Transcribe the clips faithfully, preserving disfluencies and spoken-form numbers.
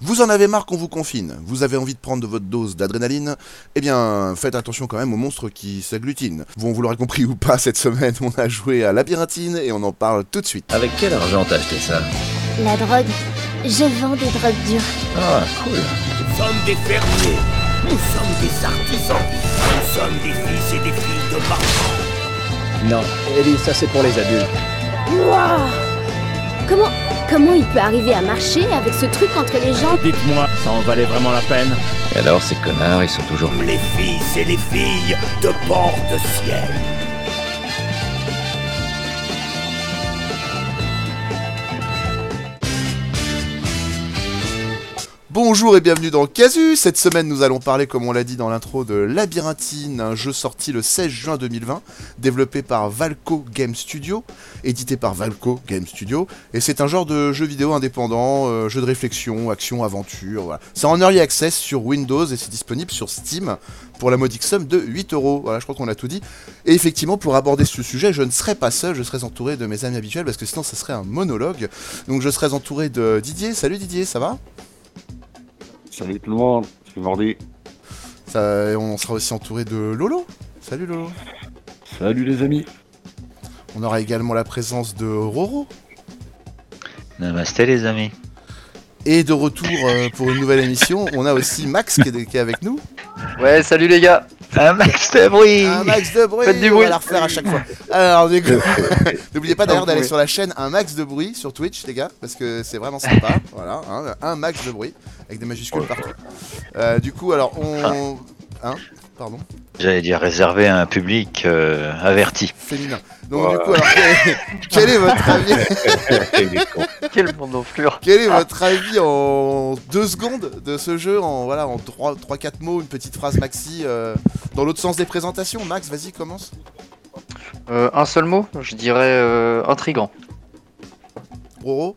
Vous en avez marre qu'on vous confine, vous avez envie de prendre de votre dose d'adrénaline, eh bien faites attention quand même aux monstres qui s'agglutinent. Bon, vous l'aurez compris ou pas, cette semaine on a joué à Labyrinthine et on en parle tout de suite. Avec quel argent t'as acheté ça? La drogue. Je vends des drogues dures. Ah, cool. Nous sommes des fermiers, nous sommes des artisans, nous sommes des fils et des filles de marchands. Non, Ellie, ça c'est pour les adultes. Waouh! Comment... Comment il peut arriver à marcher avec ce truc entre les jambes? Dites-moi, ça en valait vraiment la peine? Et alors, ces connards, ils sont toujours... Les fils et les filles de Port-de-Ciel. Bonjour et bienvenue dans Casu. Cette semaine nous allons parler, comme on l'a dit dans l'intro, de Labyrinthine, un jeu sorti le seize juin deux mille vingt, développé par Valco Game Studio, édité par Valco Game Studio, et c'est un genre de jeu vidéo indépendant, euh, jeu de réflexion, action, aventure, voilà. C'est en early access sur Windows et c'est disponible sur Steam pour la modique somme de huit euros. Voilà, je crois qu'on a tout dit. Et effectivement, pour aborder ce sujet, je ne serai pas seul, je serai entouré de mes amis habituels, parce que sinon ça serait un monologue. Donc je serai entouré de Didier. Salut Didier, ça va ? Salut tout le monde, c'est Mardi. Ça, on sera aussi entouré de Lolo. Salut Lolo. Salut les amis. On aura également la présence de Roro. Namasté les amis. Et de retour euh, pour une nouvelle émission, on a aussi Max qui est, qui est avec nous. Ouais, salut les gars. Un max de bruit. Un max de bruit. Faites du on bruit. va la refaire à chaque fois. Alors, du coup, n'oubliez pas d'ailleurs d'aller Oui. sur la chaîne Un Max de bruit sur Twitch, les gars, parce que c'est vraiment sympa. Voilà, hein, un max de bruit avec des majuscules partout. Euh, du coup, alors on, hein, pardon. J'allais dire réservé à un public euh, averti. Féminin. Donc Voilà. du coup, alors, quel, quel est votre avis Quel monde d'enflure. Quel est votre avis en deux secondes de ce jeu, en voilà, en trois quatre mots, une petite phrase maxi, euh, dans l'autre sens des présentations. Max, vas-y, commence. Euh, un seul mot, je dirais euh, intrigant. Roro.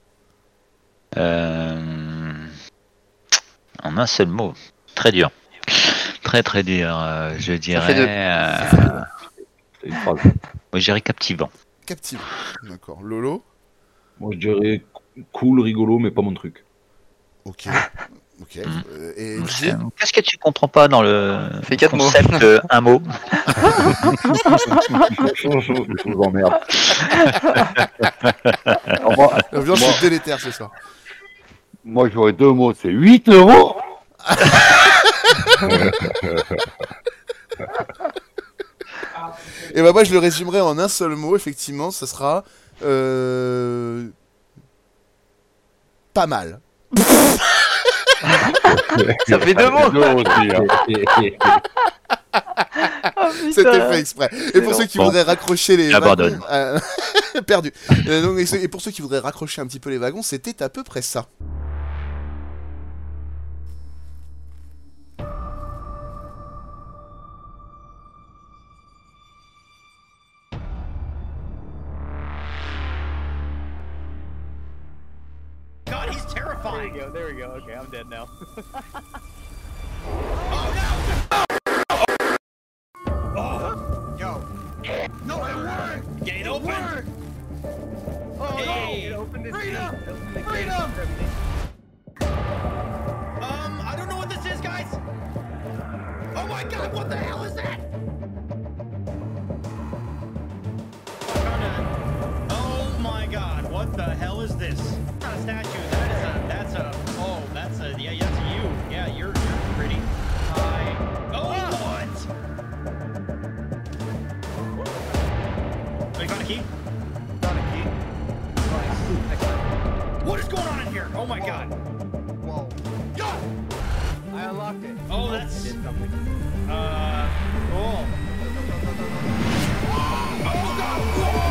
Euh... En un seul mot. Très dur. Très très dur. Euh, je dirais. fait deux. euh, C'est une phrase. Moi, je dirais captivant. Captivant. D'accord. Lolo. Moi je dirais cool, rigolo, mais pas mon truc. Ok. Ok. Mm. Euh, et Didier. Qu'est-ce que tu comprends pas dans le Fais quatre mots. concept de un mot? Je vous emmerde. Alors, moi, L'ambiance moi, est délétère ce soir. moi j'aurais deux mots, c'est huit euros. Et bah moi je le résumerai en un seul mot, effectivement, ça sera euh... pas mal. Ça fait deux mots. Deux aussi, hein. C'était fait exprès. Et pour ceux qui Bon. voudraient raccrocher les J'abandonne. wagons, euh, perdu. Euh, donc, et, ceux- et pour ceux qui voudraient raccrocher un petit peu les wagons, c'était à peu près ça. God, he's terrifying. There we go, there we go. Okay, I'm dead now. Yo. No, it worked. Gate open. Oh Hey. no! It opened its Freedom! gate. It opened the gate. Freedom! Um, I don't know what this is, guys. Oh my God, what the hell is that? Oh my God, what the hell is this? Not a statue. That is a. That's a. Oh, that's a. Yeah, that's you. Yeah, you're you're pretty. Hi. Oh, what? Oh, you found a key? Found a key. Nice. Excellent. What is going on in here? Oh my God. Whoa. God. I unlocked it. Oh, that's. It did something. Uh. Cool. Oh God. Whoa.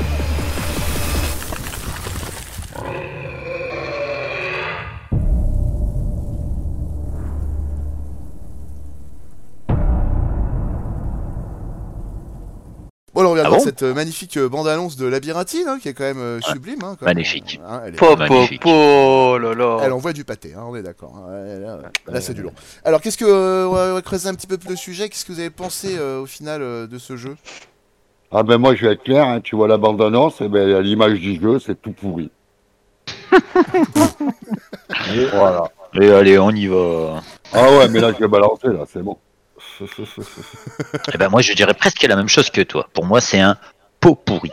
Bon alors on vient de Ah voir bon cette euh, magnifique euh, bande-annonce de Labyrinthine, hein, qui est quand même euh, sublime. Hein, quand même. Magnifique. Hein, elle, est- Po, po, Magnifique. po, oh là là. elle envoie du pâté, hein, on est d'accord. hein, ouais, Là, là, c'est du long. Alors qu'est-ce que... euh, on va creuser un petit peu plus le sujet. Qu'est-ce que vous avez pensé euh, au final euh, de ce jeu? Ah ben moi je vais être clair, hein, tu vois la bande-annonce, et ben, à l'image du jeu, c'est tout pourri. Voilà. Et allez, on y va. Ah ouais, mais là, je vais balancer, là, c'est bon. Eh ben moi, je dirais presque la même chose que toi. Pour moi, c'est un pot pourri.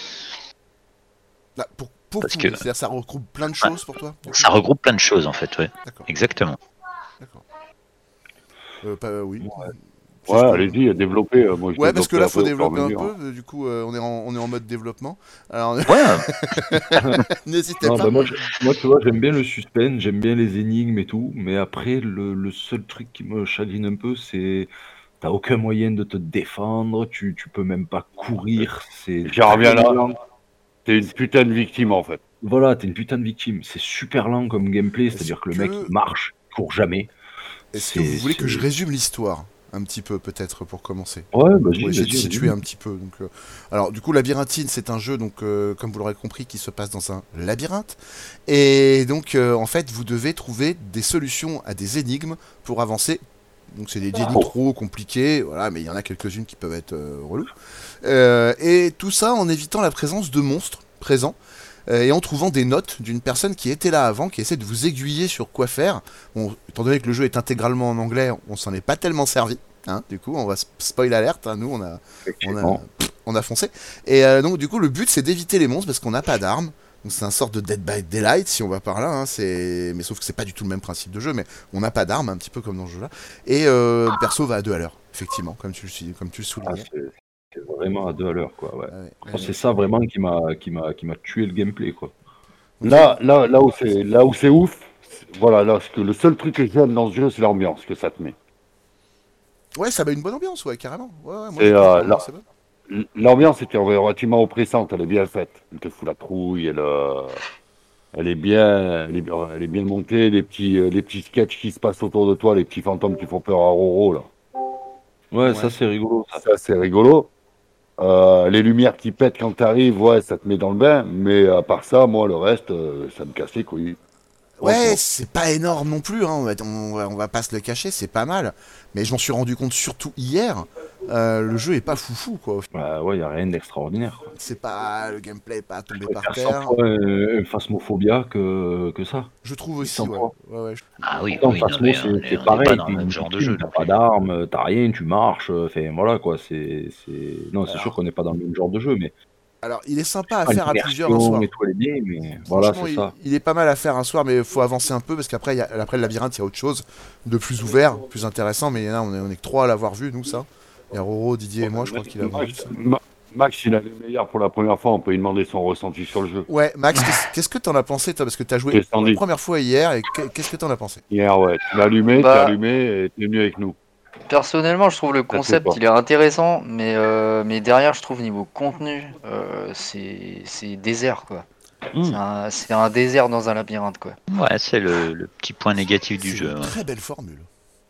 Là, pour, pour Parce pourri, que- c'est-à-dire ça regroupe plein de choses pour toi du coup Ça regroupe plein de choses, en fait, ouais. D'accord. Exactement. Euh, pas, euh, oui. Ouais, ouais allez-y, développez. euh, moi, je Ouais, parce que là, développerai faut après, au fur et développer à un mesure, peu. euh, Du coup, euh, on, est en, on est en mode développement. Alors, Ouais. n'hésitez Non, pas. bah, moi, je- moi, tu vois, j'aime bien le suspense, j'aime bien les énigmes et tout, mais après, le, le seul truc qui me chagrine un peu, c'est t'as aucun moyen de te défendre, tu, tu peux même pas courir, c'est... J'en reviens là. lent. T'es une putain de victime, en fait. Voilà, t'es une putain de victime, c'est super lent comme gameplay, c'est-à-dire que le mec, que- il marche, il court jamais. Est-ce que vous C'est- voulez que c'est- je résume l'histoire un petit peu, peut-être, pour commencer Ouais, vas-y, Pour essayer vas-y, de vas-y. situer un petit peu. Donc, euh, alors, du coup, Labyrinthine, c'est un jeu, donc, euh, comme vous l'aurez compris, qui se passe dans un labyrinthe. Et donc, euh, en fait, vous devez trouver des solutions à des énigmes pour avancer. Donc, c'est des Ah. énigmes trop compliquées, voilà, mais il y en a quelques-unes qui peuvent être euh, reloues. Euh, et tout ça en évitant la présence de monstres présents. euh, Et en trouvant des notes d'une personne qui était là avant, qui essaie de vous aiguiller sur quoi faire. Bon, étant donné que le jeu est intégralement en anglais, on s'en est pas tellement servi. Hein, du coup, on va sp- spoil alerte. Hein, nous, on a, on a, Effectivement. pff, on a foncé. Et euh, donc, du coup, le but, c'est d'éviter les monstres parce qu'on n'a pas d'armes. Donc, c'est un sorte de Dead by Daylight, si on va par là. Hein, c'est... Mais sauf que c'est pas du tout le même principe de jeu, mais on n'a pas d'armes, un petit peu comme dans ce jeu-là. Et euh, le perso va à deux à l'heure, effectivement, comme tu le, suis- comme tu le Ah, soulignais. c'est c'est vraiment à deux à l'heure, quoi, ouais. Ouais, Moi, ouais. c'est ça vraiment qui m'a qui m'a qui m'a tué le gameplay, quoi. Là, là, là où c'est, là où c'est ouf, c'est- voilà, là, ce que le seul truc que j'aime dans ce jeu, c'est l'ambiance que ça te met. Ouais, ça met une bonne ambiance, ouais, carrément. Ouais, ouais, moi, Et, je trouve euh, que l'ambiance là- est bonne. L- L'ambiance était relativement oppressante, elle est bien faite. Elle te fout la trouille, elle, euh, elle est bien, elle est, elle est bien montée. Les petits, euh, les petits sketchs qui se passent autour de toi, les petits fantômes qui font peur à Roro, là. Ouais, Ouais. ça c'est rigolo, ça. Ça, c'est rigolo. Euh, les lumières qui pètent quand t'arrives, ouais, ça te met dans le bain. Mais à part ça, moi, le reste, euh, ça me casse les couilles. Ouais, Franchement. c'est pas énorme non plus, hein, on, va, on, va, on va pas se le cacher, c'est pas mal. Mais je m'en suis rendu compte surtout hier, euh, le jeu est pas foufou, quoi. Bah ouais, y a rien d'extraordinaire, quoi. C'est pas, le gameplay est pas tombé Je par préfère cent terre. fois un, un Phasmophobia que, que ça. Je trouve aussi, cent ouais. fois. Ouais, ouais, je- Ah oui, Non, oui, non, Phasmo, mais c'est on est- c'est on est pareil, pas dans t'es le même une genre de victime, jeu. t'as non pas plus. d'armes, t'as rien, tu marches, enfin voilà quoi, c'est... c'est- Non, c'est Alors. sûr qu'on n'est pas dans le même genre de jeu, mais... Alors, il est sympa à pas faire à l'immersion plusieurs un soir. et tout, elle est bien, mais voilà, Franchement, c'est il, ça. il est pas mal à faire un soir, mais il faut avancer un peu parce qu'après, il y a- après le labyrinthe, il y a autre chose de plus ouvert, plus intéressant. Mais il y en a, on est, on est que trois à l'avoir vu, nous, ça. Il y a Roro, Didier et moi, je crois qu'il a vu Max, ça. Ma- Max, il a les meilleurs pour la première fois, on peut lui demander son ressenti sur le jeu. Ouais, Max, qu'est-ce- qu'est-ce que t'en as pensé, toi? Parce que t'as joué Qu'est-ce pour t'en la dis première fois hier, et que- qu'est-ce que t'en as pensé? Hier, ouais, tu l'as allumé, Bah. tu l'as allumé et t'es venu avec nous. Personnellement, je trouve le fait concept pas. il est intéressant, mais, euh, mais derrière, je trouve niveau contenu, euh, c'est c'est désert quoi. Hmm. C'est un, c'est un désert dans un labyrinthe quoi. Ouais, c'est le, le petit point négatif du C'est jeu. une ouais. très belle formule.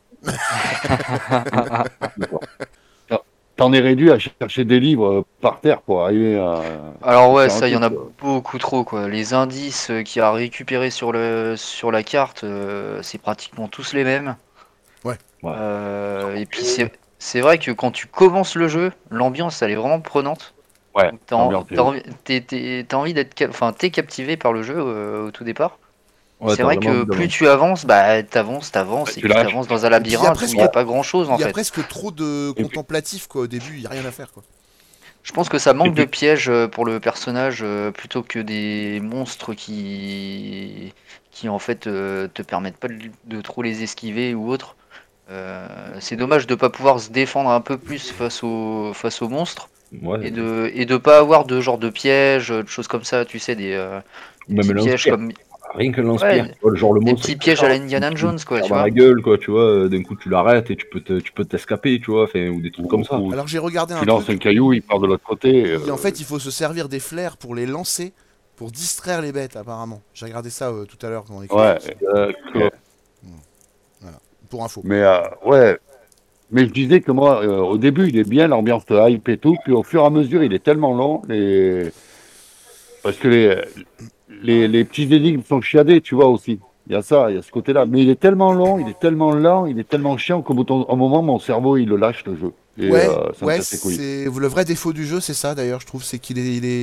T'en es réduit à chercher des livres euh, par terre pour arriver à. Alors ouais, faire un ça, il y en a truc, quoi. beaucoup trop quoi. Les indices euh, qu'il y a à récupérer sur le sur la carte, euh, c'est pratiquement tous les mêmes. Ouais. Ouais. Euh, et puis c'est c'est vrai que quand tu commences le jeu, l'ambiance elle est vraiment prenante. Ouais, T'as en- l'ambiance est t'as ouf. envie, t'es- t'es- t'as envie d'être, cap- enfin t'es captivé par le jeu euh, au tout départ. Ouais, c'est t'as vrai vraiment que envie plus d'avancer. tu avances, bah t'avances, t'avances, Bah, et tu puis lâches. t'avances dans un puis, il y a labyrinthe où presque- il n'y a pas grand chose en Il y a fait. presque trop de puis- contemplatifs, quoi. Au début, il y a rien à faire, quoi. Je pense que ça manque puis- de pièges euh, pour le personnage euh, plutôt que des monstres qui, qui en fait euh, te permettent pas de, de trop les esquiver ou autre. Euh, c'est dommage de pas pouvoir se défendre un peu plus face aux face aux monstres Ouais, et de et de pas avoir de genre de pièges, de choses comme ça, tu sais des euh, même petits le pièges lance-pierre. comme Rien que le lance-pierre. Ouais, Tu vois, le genre le des monstre, petits il te pièges à la charge, Indiana il te Jones quoi, tire tu dans vois. la gueule, quoi, tu vois, d'un coup tu l'arrêtes et tu peux te- tu peux t'escaper, tu vois, enfin, ou des trucs comme ça. Ou- Alors, j'ai regardé un Tu lances un truc. caillou, il part de l'autre côté. Et euh, en fait, il faut se servir des flares pour les lancer, pour distraire les bêtes, apparemment. J'ai regardé ça euh, tout à l'heure quand on écrit. Ouais, euh, que- Pour info. mais euh, ouais. Mais je disais que moi, euh, au début, il est bien, l'ambiance de hype et tout, puis au fur et à mesure, il est tellement long, les... parce que les, les, les petits énigmes sont chiadés, tu vois, aussi. Il y a ça, il y a ce côté-là. Mais il est tellement long, il est tellement lent, il est tellement chiant qu'au bout d'un un moment, mon cerveau, il le lâche, le jeu. Et Ouais, euh, ça me ouais, casse les couilles. c'est le vrai défaut du jeu, c'est ça d'ailleurs, je trouve, c'est qu'il est, il est,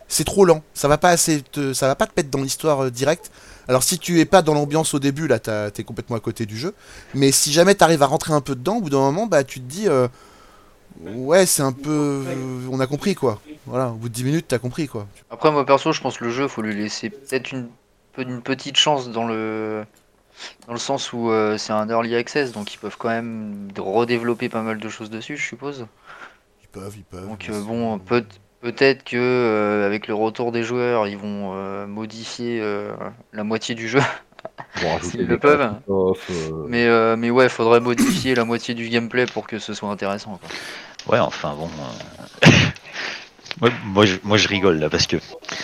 c'est trop lent. Ça va pas assez, te, ça va pas te mettre dans l'histoire euh, directe. Alors si tu es pas dans l'ambiance au début, là, t'as- t'es complètement à côté du jeu. Mais si jamais t'arrives à rentrer un peu dedans, au bout d'un moment, bah tu te dis, euh, ouais, c'est un peu, euh, on a compris quoi. Voilà, au bout de dix minutes, t'as compris quoi. Après, moi perso, je pense que le jeu, faut lui laisser peut-être une, pe- une petite chance dans le, dans le sens où euh, c'est un early access, donc ils peuvent quand même redévelopper pas mal de choses dessus, je suppose. Ils peuvent, ils peuvent. Donc mais euh, c'est- bon, peut, peut-être que euh, avec le retour des joueurs, ils vont euh, modifier euh, la moitié du jeu, Pour rajouter s'ils des le peuvent. catastrophes, euh, Mais, euh, mais ouais, faudrait modifier la moitié du gameplay pour que ce soit intéressant, quoi. Ouais, enfin bon. euh, moi, moi, je, moi, je rigole là parce que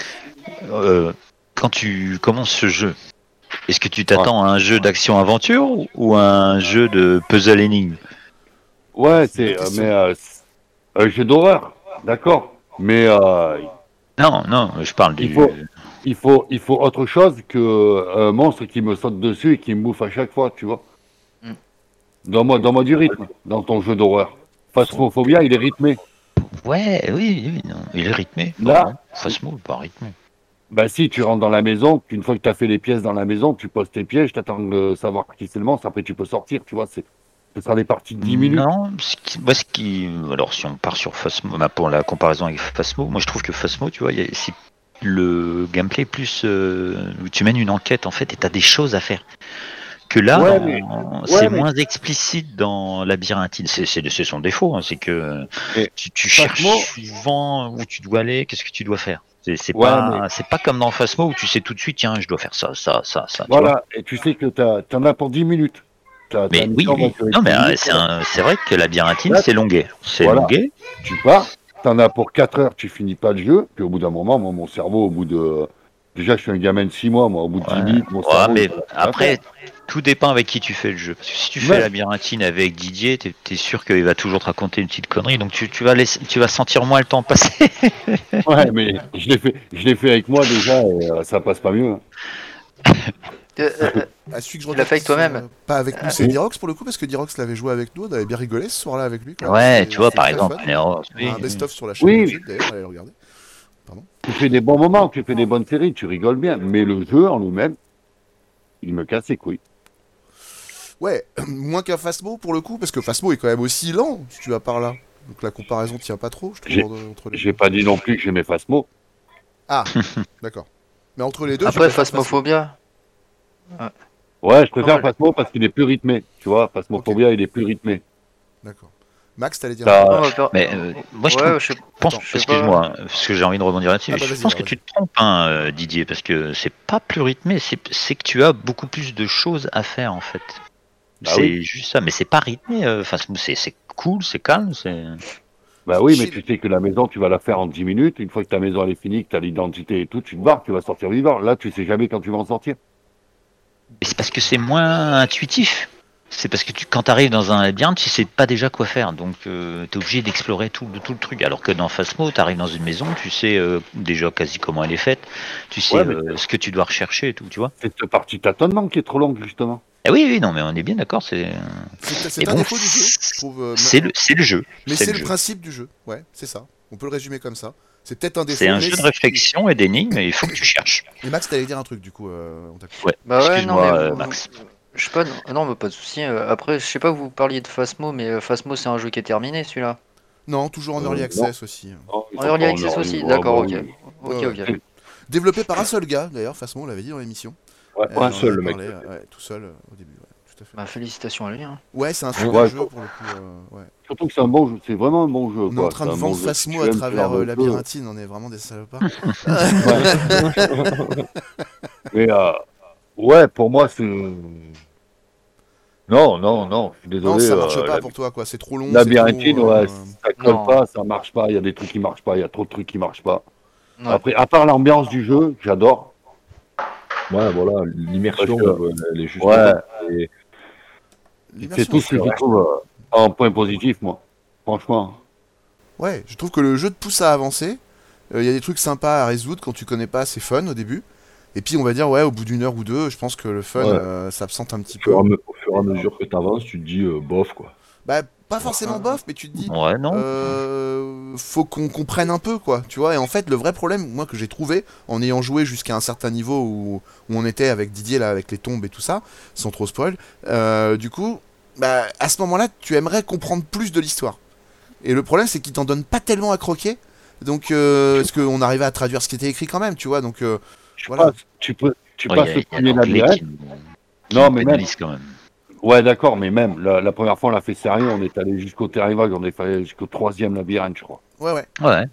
euh, quand tu commences ce jeu, est-ce que tu t'attends à un jeu d'action-aventure ou- ou à un jeu de puzzle énigme? Ouais, C'est une c'est bonne euh, question. mais euh, c'est un jeu d'horreur, d'accord. Mais euh, Non, non, je parle il du. faut, il faut, il faut autre chose que un monstre qui me saute dessus et qui me bouffe à chaque fois, tu vois. Mm. Donne-moi, donne-moi du rythme dans ton jeu d'horreur. Phasmophobia, il est rythmé. Ouais, oui, oui, non, il est rythmé. Là- Non, Phasmo, pas rythmé. Bah si, tu rentres dans la maison, une fois que tu as fait les pièces dans la maison, tu poses tes pièges, tu attends de savoir qui c'est le monstre, après tu peux sortir, tu vois. C'est, ce sera des parties de dix minutes. Non, ce qui, moi, ce qui, alors si on part sur Phasmo, bah, pour la comparaison avec Phasmo, moi je trouve que Phasmo, tu vois, il y a- c'est le gameplay plus euh, où tu mènes une enquête en fait et tu as des choses à faire. Que là, Ouais, dans- mais- c'est ouais, mais- moins explicite dans Labyrinthine. C'est, c'est, c'est son défaut, hein, c'est que Mais tu, tu Phasmo- cherches souvent où tu dois aller, qu'est-ce que tu dois faire. C'est, c'est Ouais, pas, mais- c'est pas comme dans Phasmo où tu sais tout de suite, tiens, je dois faire ça, ça, ça, ça. tu vois. Voilà, et tu sais que tu en as pour dix minutes. T'as- t'as Mais une oui, mission oui. dans Non, mais dix euh, minutes, c'est, voilà. un- c'est vrai que Labyrinthine, Là, c'est longuet. C'est voilà. longuet. Tu pars, t'en as pour quatre heures, tu finis pas le jeu, puis au bout d'un moment, moi, mon cerveau, au bout de... Déjà, je suis un gamin de six mois, moi, au bout de dix Ouais. minutes, mon Ouais, cerveau... mais il va- après, tout dépend avec qui tu fais le jeu. Parce que si tu fais Ouais. Labyrinthine avec Didier, t'es, t'es sûr qu'il va toujours te raconter une petite connerie, donc tu, tu vas laisser, tu vas sentir moins le temps passer. Ouais, mais je l'ai fait, je l'ai fait avec moi déjà, et euh, ça passe pas mieux. hein. Euh, euh, Ah, celui que je Tu l'as regarde, fait avec toi-même euh, Pas avec nous, c'est Dirox pour le coup, parce que Dirox l'avait joué avec nous, on avait bien rigolé ce soir-là avec lui. quand même. Ouais, C'était- tu vois, c'était par très exemple, fun. Nero, On oui, a un oui. best-of sur la chaîne Oui. YouTube, d'ailleurs, allez le regarder. Tu fais des bons moments, tu fais des bonnes séries, tu rigoles bien, mais le jeu en lui-même, il me casse les couilles. Ouais, moins qu'un Phasmo pour le coup, parce que Phasmo est quand même aussi lent, si tu vas par là. Donc la comparaison tient pas trop, je trouve, J'ai- entre- entre les J'ai pas dit non plus que j'aimais Phasmo. Ah, d'accord. Mais entre les deux, tu Après, préfères Phasmophobia. Ouais, je préfère Pas mal. Phasmo parce qu'il est plus rythmé, tu vois. Phasmophobia, il est plus rythmé. D'accord. Max, t'allais dire Ça- un truc Non, mais per- Mais euh, moi, je ouais, trouve, je sais- pense, Attends, je sais excuse-moi, hein, parce que j'ai envie de rebondir là-dessus. Ah bah je vas-y, pense alors, que vas-y. tu te trompes, hein, euh, Didier, parce que c'est pas plus rythmé, c'est, c'est que tu as beaucoup plus de choses à faire en fait. Bah c'est oui. juste ça, mais c'est pas rythmé. euh, Enfin, c'est, c'est cool, c'est calme, c'est. Bah oui, mais Chez- tu sais que la maison, tu vas la faire en dix minutes. Une fois que ta maison elle est finie, que tu as l'identité et tout, tu te barres, tu vas sortir vivant. Là, tu sais jamais quand tu vas en sortir. Mais c'est parce que c'est moins intuitif. C'est parce que tu, quand tu arrives dans un labyrinthe, tu sais pas déjà quoi faire, donc euh, tu es obligé d'explorer tout, le- tout le truc. Alors que dans Phasmo, tu arrives dans une maison, tu sais euh, déjà quasi comment elle est faite, tu sais Ouais, mais- euh, ce que tu dois rechercher et tout, tu vois. C'est cette partie tâtonnement qui est trop longue, justement. Ah oui, oui, non, mais on est bien d'accord, c'est, C'est c'est Et un bon, défaut du jeu, je trouve. euh, c'est, ma- le, c'est le jeu. Mais c'est c'est le le jeu. principe du jeu, ouais, c'est ça. On peut le résumer comme ça. C'est peut-être un défaut. C'est un mais jeu de c'est- réflexion et d'énigmes, et il faut que tu cherches. Et Max, t'allais dire un truc du coup, euh, on t'a coupé. Ouais, Bah ouais, non, excuse-moi, mais euh, vous- Max. Je sais pas, non, non, mais pas de souci. euh, Après, je sais pas, vous parliez de Phasmo, mais euh, Phasmo, c'est un jeu qui est terminé, celui-là. Non, toujours en Euh, early non. access aussi. Oh, ils En sont early pas en access early, aussi, ouais, d'accord, bah ok. oui. Ok, Ouais, ok. Développé par un seul gars, d'ailleurs, Phasmo, on l'avait dit dans l'émission. Ouais, Euh, on en un seul, avait le mec. parlé, euh, ouais, tout seul euh, au début, ouais, tout à fait. Bah, félicitations à lui. Hein. Ouais, c'est un super Ouais. jeu pour le coup. euh, ouais. Surtout que c'est un bon jeu, c'est vraiment un bon jeu. On est quoi. en train C'est de un vendre bon jeu. Phasmo Si à tu aimes ce travers genre euh, de jeu. Labyrinthine, on est vraiment des salopards. Mais euh, ouais, pour moi, c'est. Non, non, non, je suis désolé. Non, ça marche euh, pas la- pour toi, quoi. C'est trop long. Labyrinthine, c'est trop, ouais, euh, ça colle Non. pas, ça marche pas, il y a des trucs qui marchent pas, il y a trop de trucs qui marchent pas. Ouais. Après, à part l'ambiance du jeu, j'adore. Ouais, voilà, l'immersion, Parce que- euh, elle est juste. Ouais, là. Et l'immersion c'est tout est ce que je forte. trouve euh, un point positif, moi. Franchement. Ouais, je trouve que le jeu te pousse à avancer. Il y a des trucs sympas à résoudre quand tu connais pas, c'est fun au début. Et puis on va dire, ouais, au bout d'une heure ou deux, je pense que le fun Ouais. euh, s'absente un petit au peu. fur, et à me- au fur et à mesure que tu avances, tu te dis euh, bof, quoi. Bah, pas forcément bof, mais tu te dis, Ouais, non. euh, faut qu'on comprenne un peu, quoi, tu vois. Et en fait, le vrai problème, moi, que j'ai trouvé, en ayant joué jusqu'à un certain niveau où, où on était avec Didier, là, avec les tombes et tout ça, sans trop spoil, euh, du coup, bah, à ce moment-là, tu aimerais comprendre plus de l'histoire. Et le problème, c'est qu'ils t'en donnent pas tellement à croquer, donc, euh, parce qu'on arrivait à traduire ce qui était écrit quand même, tu vois, donc, euh, Tu voilà. passes, tu peux, tu Ouais, passes y a- le y a premier l'anglais labyrinthe. qui nous- Non, qui mais nous même. pénalise quand même. Ouais, d'accord, mais même la, la première fois, on l'a fait sérieux. On est allé jusqu'au Terrivac, on est allé jusqu'au troisième labyrinthe, je crois. Ouais, ouais. Ouais.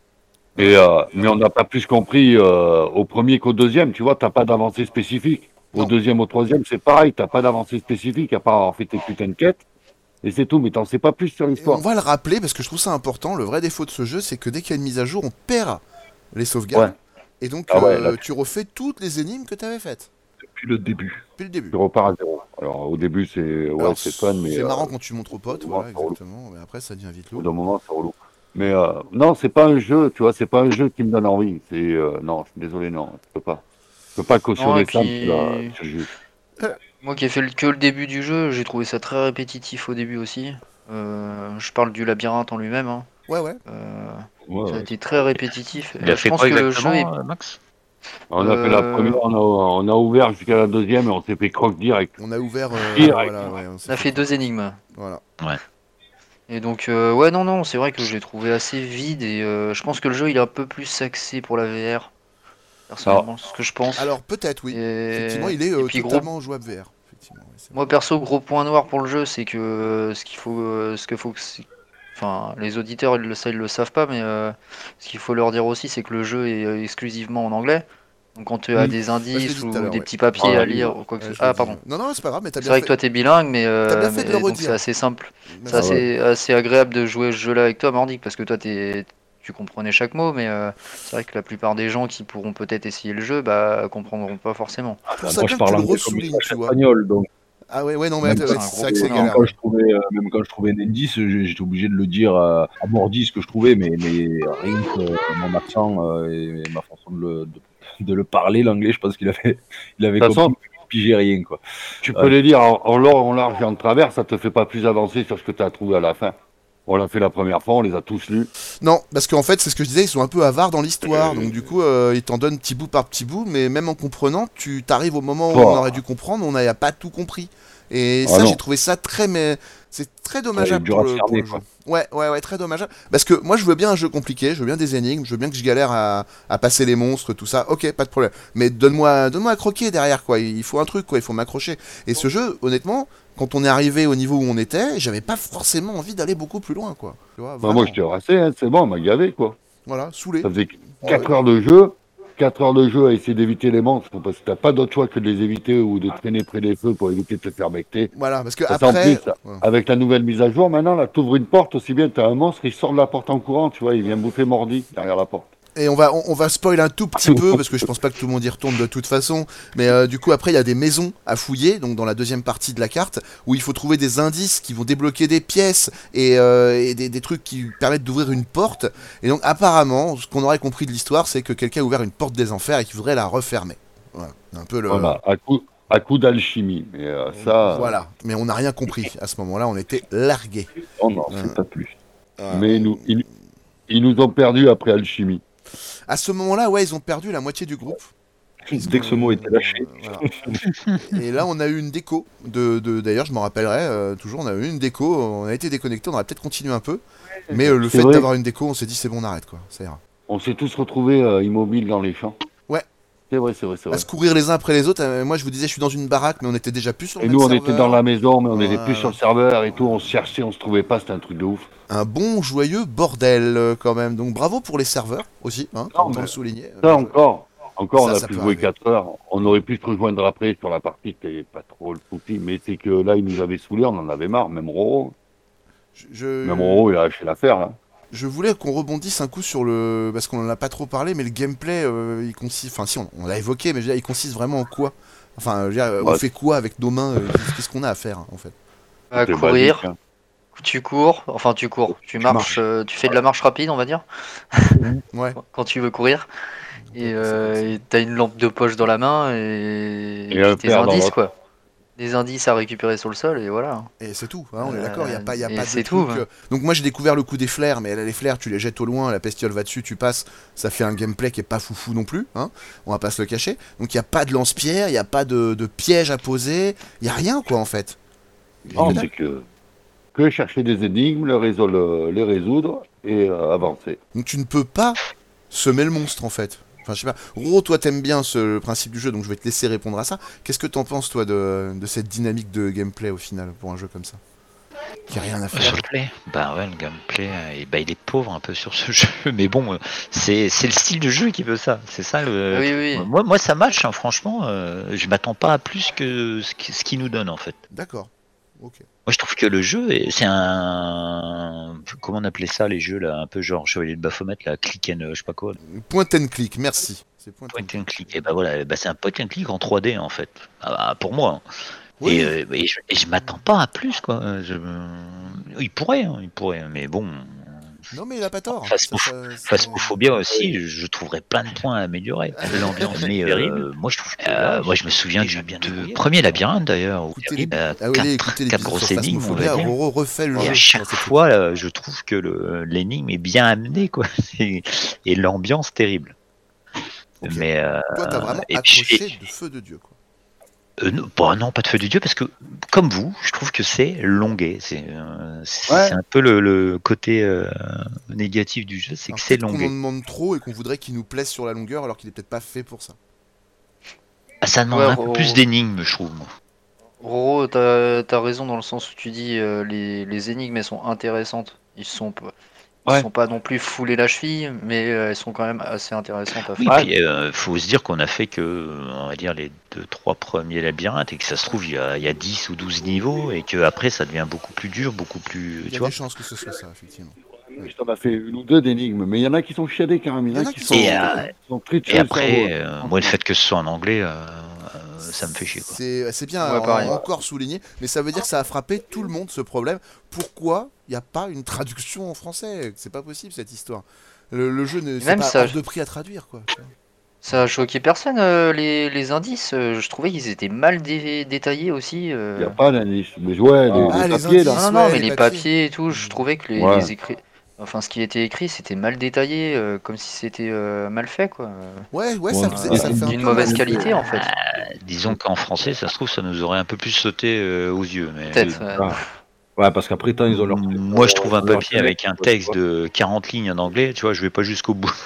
Et euh, mais on n'a pas plus compris euh, au premier qu'au deuxième. Tu vois, t'as pas d'avancée spécifique. Au Non. deuxième, au troisième, c'est pareil. T'as pas d'avancée spécifique à part avoir fait tes putains de quêtes. Et c'est tout. Mais t'en sais pas plus sur Et on l'histoire. va le rappeler, parce que je trouve ça important, le vrai défaut de ce jeu, c'est que dès qu'il y a une mise à jour, on perd les sauvegardes, Ouais. et donc Ah ouais, euh, là- tu refais toutes les énigmes que tu avais faites, Depuis le début. depuis le début. Tu repars à zéro. Alors au début, c'est ouais, Alors, c'est fun, mais c'est euh, marrant quand tu montres aux potes, au voilà, moment, c'est relou. exactement, mais après ça devient vite au bout lourd. d'un moment, c'est relou. Mais euh, non, c'est pas un jeu. Tu vois, c'est pas un jeu qui me donne envie. C'est euh, non, je suis désolé, non, je peux pas. Je peux pas Non, cautionner et ça puis- sur la- sur le jeu. Moi qui ai fait le- que le début du jeu, j'ai trouvé ça très répétitif au début aussi. Euh, je parle du labyrinthe en lui-même. hein. Ouais, ouais. Euh, Ouais, ça a ouais. été très répétitif. Il a Euh, fait je pense quoi que le jeu est... exactement, euh, Max? On a fait la Euh, première, on a, on a ouvert jusqu'à la deuxième et on s'est fait croque direct. On a ouvert, euh, Direct. voilà, ouais, on s'est On a fait deux énigmes. Voilà. Et donc, euh, ouais, non, non, c'est vrai que je l'ai trouvé assez vide et euh, je pense que le jeu il est un peu plus axé pour la V R. Personnellement, c'est ce que je pense. Alors peut-être, oui. Et- Effectivement, il est et euh, puis, gros- totalement jouable V R. Effectivement, ouais, c'est vrai. Moi perso, gros point noir pour le jeu, c'est que euh, ce qu'il faut, euh, ce qu'il faut que, c'est- enfin, les auditeurs ils le, ça, ils le savent pas, mais euh, ce qu'il faut leur dire aussi, c'est que le jeu est euh, exclusivement en anglais. Donc quand tu as Oui. des je l'ai indices dit tout ou à l'heure, des ouais. petits papiers Ah, à oui, lire ouais. ou quoi que Ouais, ce je soit. l'ai Ah dit, pardon. ouais. Non, non, c'est pas grave, mais t'as C'est bien vrai fait. que toi t'es bilingue, mais, euh, T'as bien fait de mais le donc redire. c'est assez simple. Mais C'est Ah assez, assez agréable de jouer ce jeu-là avec toi, Mordic, parce que toi t'es, tu comprenais chaque mot, mais euh, c'est vrai que la plupart des gens qui pourront peut-être essayer le jeu, bah comprendront pas forcément. Pour Bah, ça moi, bien je que tu parle le anglais comme ressoulignes, je tu vois. espagnol, donc Ah ouais, ouais, non, mais même, ouais, c'est un c'est gros vrai que c'est point même galère. quand je trouvais, euh, même quand je trouvais un indice, j'ai- j'étais obligé de le dire à, à Mordi ce que je trouvais, mais, mais rien que euh, mon accent euh, et, et ma façon de le, de, de le parler, l'anglais, je pense qu'il avait, il avait De toute compris, façon, pigé rien, quoi. tu Ouais. peux les dire en, en long, en large et en travers, ça te fait pas plus avancer sur ce que tu as trouvé à la fin. On l'a fait la première fois, on les a tous lus. Non, parce qu'en fait, c'est ce que je disais, ils sont un peu avares dans l'histoire, donc du coup, euh, ils t'en donnent petit bout par petit bout, mais même en comprenant, tu t'arrives au moment où Oh. on aurait dû comprendre, on n'a pas tout compris. Et Ah ça, non. j'ai trouvé ça très, mais c'est très dommageable dur pour à le, pour cerner, le jeu. quoi. Ouais, ouais, ouais, très dommageable. Parce que moi, je veux bien un jeu compliqué, je veux bien des énigmes, je veux bien que je galère à, à passer les monstres, tout ça. Ok, pas de problème. Mais donne-moi, donne-moi à croquer derrière, quoi. Il faut un truc, quoi. Il faut m'accrocher. Et ce jeu, honnêtement, quand on est arrivé au niveau où on était, j'avais pas forcément envie d'aller beaucoup plus loin, quoi. Tu vois, Bah, vraiment. moi, je t'ai rassé, hein, c'est bon, on m'a gavé, quoi. Voilà, saoulé. Ça faisait Ouais. quatre heures de jeu, quatre heures de jeu à essayer d'éviter les monstres, parce que t'as pas d'autre choix que de les éviter ou de traîner près des feux pour éviter de te faire becter. Voilà, parce que Parce qu'en après. plus, Ouais. avec la nouvelle mise à jour, maintenant, là, t'ouvres une porte, aussi bien t'as un monstre, il sort de la porte en courant, tu vois, il vient bouffer Mordi derrière la porte. Et on va, on, on va spoil un tout petit peu, parce que je pense pas que tout le monde y retourne de toute façon. Mais euh, du coup, après, il y a des maisons à fouiller, donc dans la deuxième partie de la carte, où il faut trouver des indices qui vont débloquer des pièces et, euh, et des, des trucs qui permettent d'ouvrir une porte. Et donc, apparemment, ce qu'on aurait compris de l'histoire, c'est que quelqu'un a ouvert une porte des enfers et qu'il voudrait la refermer. Voilà, un peu le. Voilà, à coup, à coup d'alchimie. Mais euh, ça. Voilà, mais on n'a rien compris. À ce moment-là, on était largués. On n'en Ouais. sait pas plus. Voilà. Mais nous, ils, ils nous ont perdus après alchimie. À ce moment-là, ouais, ils ont perdu la moitié du groupe. Dès que ce mot était lâché. Euh, voilà. Et là, on a eu une déco. De, de, D'ailleurs, je m'en rappellerai euh, toujours. On a eu une déco. On a été déconnecté. On aurait peut-être continué un peu. Mais euh, le C'est fait vrai. d'avoir une déco, on s'est dit c'est bon, on arrête quoi. Ça ira. On s'est tous retrouvés euh, immobiles dans les champs. Ouais. C'est vrai, c'est vrai, c'est À vrai. se courir les uns après les autres. Euh, moi, je vous disais, je suis dans une baraque, mais on était déjà plus sur le Et même nous, on serveur. était dans la maison, mais on n'était Voilà. plus sur le serveur et tout. On se cherchait, on se trouvait pas. C'était un truc de ouf. Un bon joyeux bordel euh, quand même. Donc bravo pour les serveurs aussi. Hein, Non, on mais le souligner. Ça encore. Encore, Ça, on a ça pu peut jouer arriver. quatre heures. On aurait pu se rejoindre après sur la partie. C'était pas trop le foutu. Mais c'est que là, ils nous avaient saoulés. On en avait marre. Même Roro. Je, je- Même Roro, il a lâché l'affaire, là. Je voulais qu'on rebondisse un coup sur le... Parce qu'on en a pas trop parlé, mais le gameplay, euh, il consiste... Enfin si, on, on l'a évoqué, mais je veux dire, il consiste vraiment en quoi? Enfin, je veux dire, on Ouais. fait quoi avec nos mains? euh, Qu'est-ce qu'on a à faire, hein, en fait? À C'était courir, basique, hein. tu cours, enfin tu cours, tu marches, marches. euh, tu fais de la marche rapide, on va dire, Ouais. quand tu veux courir. Et euh, et t'as une lampe de poche dans la main et, Et un tes père dans indices l'autre. quoi. des indices à récupérer sur le sol et voilà. Et c'est tout, hein, on est d'accord, il n'y a pas, y a Et pas de c'est truc, tout, euh, hein. Donc moi j'ai découvert le coup des flares, mais là, les flares tu les jettes au loin, la bestiole va dessus, tu passes, ça fait un gameplay qui est pas foufou non plus, hein, on va pas se le cacher. Donc il n'y a pas de lance-pierre, il n'y a pas de, de piège à poser, il n'y a rien quoi en fait. Non, c'est que, que chercher des énigmes, le réseau- le- les résoudre et euh, avancer. Donc tu ne peux pas semer le monstre en fait. Enfin je sais pas, Roro toi t'aimes bien ce, le principe du jeu, donc je vais te laisser répondre à ça. Qu'est-ce que t'en penses toi de, de cette dynamique de gameplay au final pour un jeu comme ça qui a rien à Sur faire. le play, bah ouais, le gameplay, euh, et bah il est pauvre un peu sur ce jeu, mais bon, euh, c'est c'est le style de jeu qui veut ça, c'est ça le. Oui, truc. oui. Moi, moi ça match, hein, franchement, euh, je m'attends pas à plus que ce qui- ce qu'il nous donne en fait. D'accord. Ok. Moi je trouve que le jeu, est- c'est un. Comment on appelait ça les jeux là, un peu genre Chevalier de Baphomet, là, click and euh, je sais pas quoi. Point and click, merci. C'est point and Point and click, et bah voilà, bah c'est un point and click en trois D en fait, ah, bah, pour moi. hein. Oui. Et, euh, et je, et je m'attends pas à plus quoi. Je- il pourrait, hein, il pourrait, mais bon. Non mais il a pas tort. Phasmo- Ça, ça, ça- Phasmophobia aussi, je, je trouverais plein de points à améliorer. L'ambiance mais euh, terrible. moi je trouve que euh, moi je me souviens déjà du bien de débrouillé. premier labyrinthe d'ailleurs où Écoutez il y les- avait Ah oui, quatre, écoutez quatre l'épisode grosses sur énigmes, on va Phasmophobia, dire. Roro refait le Et jeu. à chaque dans cette fois, là, je trouve que le- l'énigme est bien amenée, quoi. Et, et l'ambiance terrible. Ok. Mais euh, Toi t'as vraiment et puis- accroché de feu de Dieu quoi. euh, non, bah non, pas de feu de Dieu, parce que, comme vous, je trouve que c'est longué. C'est euh, c'est Ouais. c'est un peu le, le côté euh, négatif du jeu, c'est Alors, que c'est peut-être qu'on en longué. demande trop et qu'on voudrait qu'il nous plaise sur la longueur alors qu'il est peut-être pas fait pour ça. Ah, ça demande Ouais, un peu Roro. plus d'énigmes, je trouve. moi. Roro, t'as t'as raison dans le sens où tu dis euh, les, les énigmes elles sont intéressantes. Ils sont pas, ils Ouais. sont pas non plus foulés la cheville, mais euh, elles sont quand même assez intéressantes à Oui, faire. puis euh, faut se dire qu'on a fait que, on va dire, les deux, trois premiers labyrinthes, et que ça se trouve, il y a, il y a dix ou douze niveaux, et que après ça devient beaucoup plus dur, beaucoup plus. Il y Tu a vois des chances que ce soit ça effectivement. Je t'en ai fait une ou deux d'énigmes, mais il y en a qui sont chiadés quand même. Il y en a qui sont, Et, euh, sont très Et après, euh, moi, le fait que ce soit en anglais, euh, euh, ça me fait chier. Quoi. C'est c'est bien Ouais, en- pareil. encore souligné, mais ça veut dire que ça a frappé tout le monde ce problème. Pourquoi il n'y a pas une traduction en français? C'est pas possible cette histoire. Le, le jeu ne c'est même pas ça- hors de prix à traduire quoi. Ça a choqué personne, euh, les, les indices. euh, je trouvais qu'ils étaient mal dé- détaillés aussi. euh. Il n'y a pas d'indice. Mais ouais, les, Ah, les les papiers là. indices. Non, non, ouais, mais les les papiers. papiers et tout, je trouvais que les, Ouais. les écrits. Enfin, ce qui était écrit, c'était mal détaillé, euh, comme si c'était euh, mal fait, quoi. Ouais, ouais, Ouais, ça, faisait, ouais. ça fait un D'une peu mauvaise mal. qualité, en fait. Euh, disons qu'en français, ça se trouve, ça nous aurait un peu plus sauté euh, aux yeux. Mais... Peut-être. ouais. Ah. Ouais, parce qu'après, tant ils ont leur. Moi, je trouve un leur- papier avec un texte de quarante lignes en anglais, tu vois, je vais pas jusqu'au bout.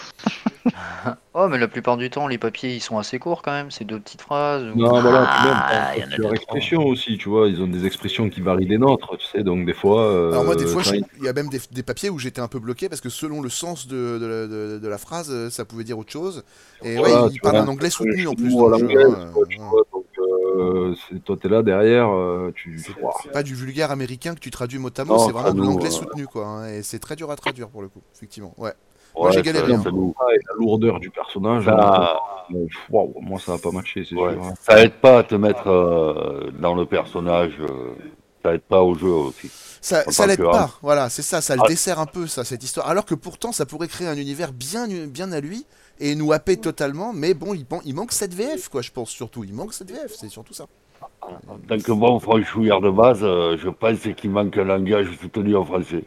Oh, mais la plupart du temps, les papiers, ils sont assez courts quand même. C'est deux petites phrases. ou- Non, voilà, Ah, puis il y même, en a c'est leur deux, expression aussi, tu vois, ils ont des expressions qui varient des nôtres, tu sais, donc des fois. euh, Alors moi des fois, quand je- ils- il y a même des, des papiers où j'étais un peu bloqué parce que selon le sens de, de, la- de- de la phrase, euh, ça pouvait dire autre chose. Et Voilà, ouais, il tu parle vois, un anglais euh, soutenu en chez plus nous, dans à le jeu. l'anglaise, hein, quoi, tu ouais. vois, donc euh, c'est- toi, t'es là derrière, euh, tu. C'est Ouah. c'est pas du vulgaire américain que tu traduis mot à mot, Non, c'est vraiment de ça nous, l'anglais euh, soutenu quoi. hein, et c'est très dur à traduire pour le coup, effectivement. Ouais. Moi, Ouais, j'ai galéré, ça, hein. ça nous- Ah, et la lourdeur du personnage, Ça- euh, waouh, moi ça va pas matché, c'est ouais, sûr. hein. ça aide pas à te mettre euh, dans le personnage. euh, ça aide pas au jeu aussi. Ça, En ça tant l'aide que pas, Hans. voilà, c'est ça, ça le Ah. dessert un peu, ça, cette histoire. Alors que pourtant, ça pourrait créer un univers bien, bien à lui et nous happer totalement, mais bon, il, man- il manque cette V F, quoi, je pense surtout. Il manque cette V F, c'est surtout ça. En tant que bon franchouillard de base, euh, je pense qu'il manque un langage soutenu en français.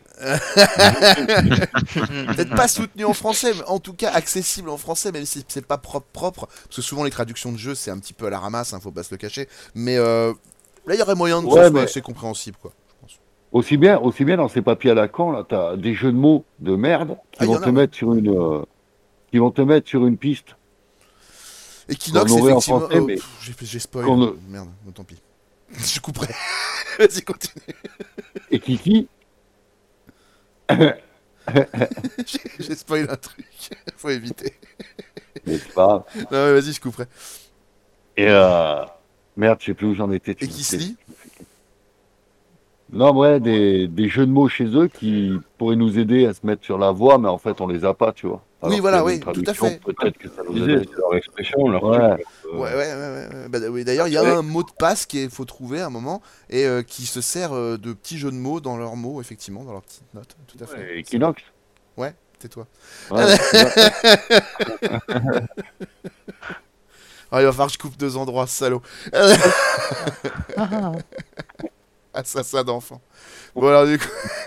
Peut-être pas soutenu en français, mais en tout cas accessible en français, même si c'est pas propre, propre, parce que souvent les traductions de jeux, c'est un petit peu à la ramasse, hein, faut pas se le cacher. Mais euh, là, il y aurait moyen de que Ouais, ce soit mais- assez compréhensible, quoi. Aussi bien, aussi bien dans ces papiers à la con, là, t'as des jeux de mots de merde qui Ah, y vont en a, te ouais. mettre sur une, euh, qui vont te mettre sur une piste. Equinox, Qu'on aurait en effectivement. français, oh, mais pff, j'ai, j'ai spoil. qu'on ne- Merde, bon, tant pis. Je couperai. Vas-y, continue. Et Kiki, j'ai, j'ai spoil un truc. Faut éviter. mais c'est pas grave. Non, mais vas-y, je couperai. Et euh, merde, je sais plus où j'en étais. tu Et me qui fais- se lit Non, ouais, des, des jeux de mots chez eux qui pourraient nous aider à se mettre sur la voie, mais en fait, on les a pas, tu vois. Oui, que voilà, une oui, tout à traduction, fait. Peut-être que ça nous Disais, aiderait. c'est leur expression, leur Ouais. truc, euh, Ouais, ouais, ouais, ouais, ouais. Bah, oui, d'ailleurs, il y a Ouais. un mot de passe qu'il faut trouver à un moment et euh, qui se sert euh, de petits jeux de mots dans leurs mots, effectivement, dans leurs petites notes. Tout à fait. Ouais, Equinox. Ouais, tais-toi. Ouais, tu vois. Ah, il va falloir que je coupe deux endroits, salaud. Assassin d'enfant. Bon, alors, du coup.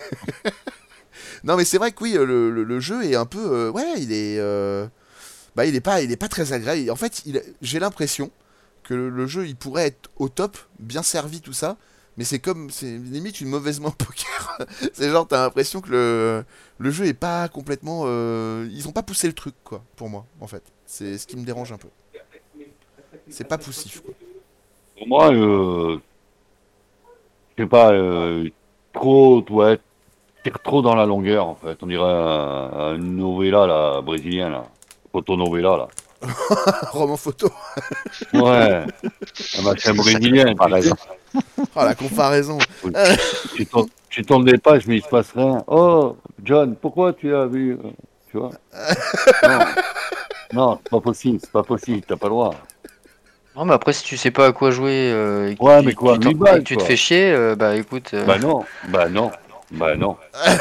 Non, mais c'est vrai que oui, le, le, le jeu est un peu. Euh, ouais, il est. Euh, bah, il est pas, il est pas très agréable. En fait, il, j'ai l'impression que le, le jeu, il pourrait être au top, bien servi, tout ça. Mais c'est comme. C'est limite une mauvaise main au poker. C'est genre, t'as l'impression que le, le jeu est pas complètement. Euh, ils ont pas poussé le truc, quoi, pour moi, en fait. C'est ce qui me dérange un peu. C'est pas poussif, quoi. Pour moi, euh, je sais pas, euh, trop, ouais, tire trop dans la longueur, en fait. On dirait un, un novella, là, brésilien, là. Photonovella, là. Roman photo. Ouais. Un machin brésilien. Pas raison. Oh, la comparaison. Tu tournes, tu tournes des pages, mais il se passe rien. Oh, John, pourquoi tu as vu, euh, tu vois? Non, non, c'est pas possible, c'est pas possible, t'as pas le droit. Non, mais après, si tu sais pas à quoi jouer euh, et que Ouais, tu, mais quoi, tu, t'en- huit balles, et que tu te quoi. fais chier, euh, bah écoute. euh, Bah non, bah non, bah non.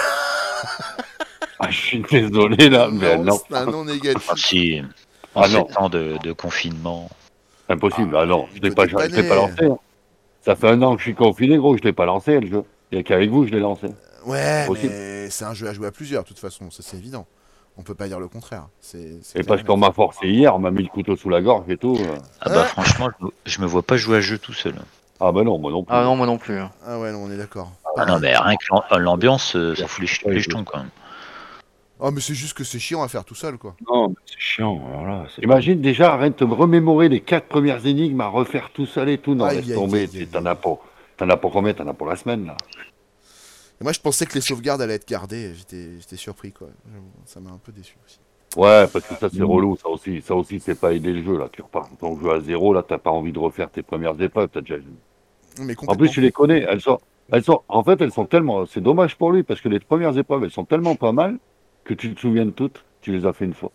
Ah, je suis désolé là, mais Non, non. c'est un non négatif. Ah, si, en Ah non, sept ans de, de confinement. impossible. Ah non, je l'ai faut pas, je l'ai dépanner. pas lancé. hein. Ça fait un an que je suis confiné, gros, je l'ai pas lancé le jeu. Il y a qu'avec vous que je l'ai lancé. Ouais, Possible. mais c'est un jeu à jouer à plusieurs, de toute façon, ça c'est évident. On peut pas dire le contraire. C'est, c'est Et clair parce et qu'on net. m'a forcé hier, on m'a mis le couteau sous la gorge et tout. euh. Ah bah Ah. franchement, je, me- je me vois pas jouer à ce jeu tout seul. Ah bah non, moi non plus. Ah non, moi non plus. hein. Ah ouais, non, on est d'accord. Ah non, mais rien que l'am- l'ambiance, euh, ça fout les, ch- Ouais, les je- jetons quand même. Ah, mais c'est juste que c'est chiant à faire tout seul, quoi. Non, mais c'est chiant. Alors là, c'est Imagine déjà, arrête de me remémorer les quatre premières énigmes à refaire tout seul et tout. Non, Aïe, laisse aïe, tomber. aïe, t'es- aïe, T'en aïe. as pour, t'en as pour combien? T'en as pour la semaine là. Et moi, je pensais que les sauvegardes allaient être gardées. J'étais, j'étais surpris, quoi. J'avoue, ça m'a un peu déçu aussi. Ouais, parce que ça c'est Mm. relou, ça aussi, ça aussi c'est pas aider le jeu là. Tu repars ton jeu à zéro, là t'as pas envie de refaire tes premières épreuves, t'as déjà. Mais En complètement. plus tu les connais, elles sont, elles sont, en fait elles sont tellement, c'est dommage pour lui parce que les premières épreuves elles sont tellement pas mal que tu te souviens de toutes, tu les as fait une fois.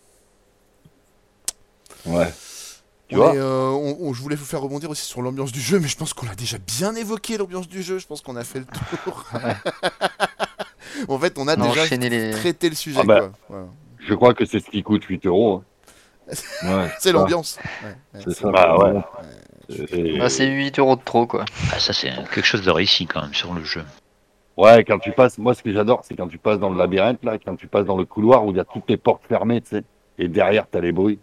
Ouais. Tu On vois est, euh, on- on- je voulais vous faire rebondir aussi sur l'ambiance du jeu, mais je pense qu'on l'a déjà bien évoqué, l'ambiance du jeu. Je pense qu'on a fait le tour. En fait, on a On a déjà enchaîné les- traité le sujet, Ah bah. quoi. Voilà. Je crois que c'est ce qui coûte huit euros. hein. Ouais, C'est l'ambiance. Ouais, ouais, C'est c'est- ça. Bah ouais. C'est- Et- Bah, c'est huit euros de trop, quoi. Ah, ça, c'est quelque chose de réussi quand même sur le jeu. Ouais, quand tu passes, moi ce que j'adore, c'est quand tu passes dans le labyrinthe là, quand tu passes dans le couloir où il y a toutes les portes fermées, tu sais, et derrière t'as les bruits.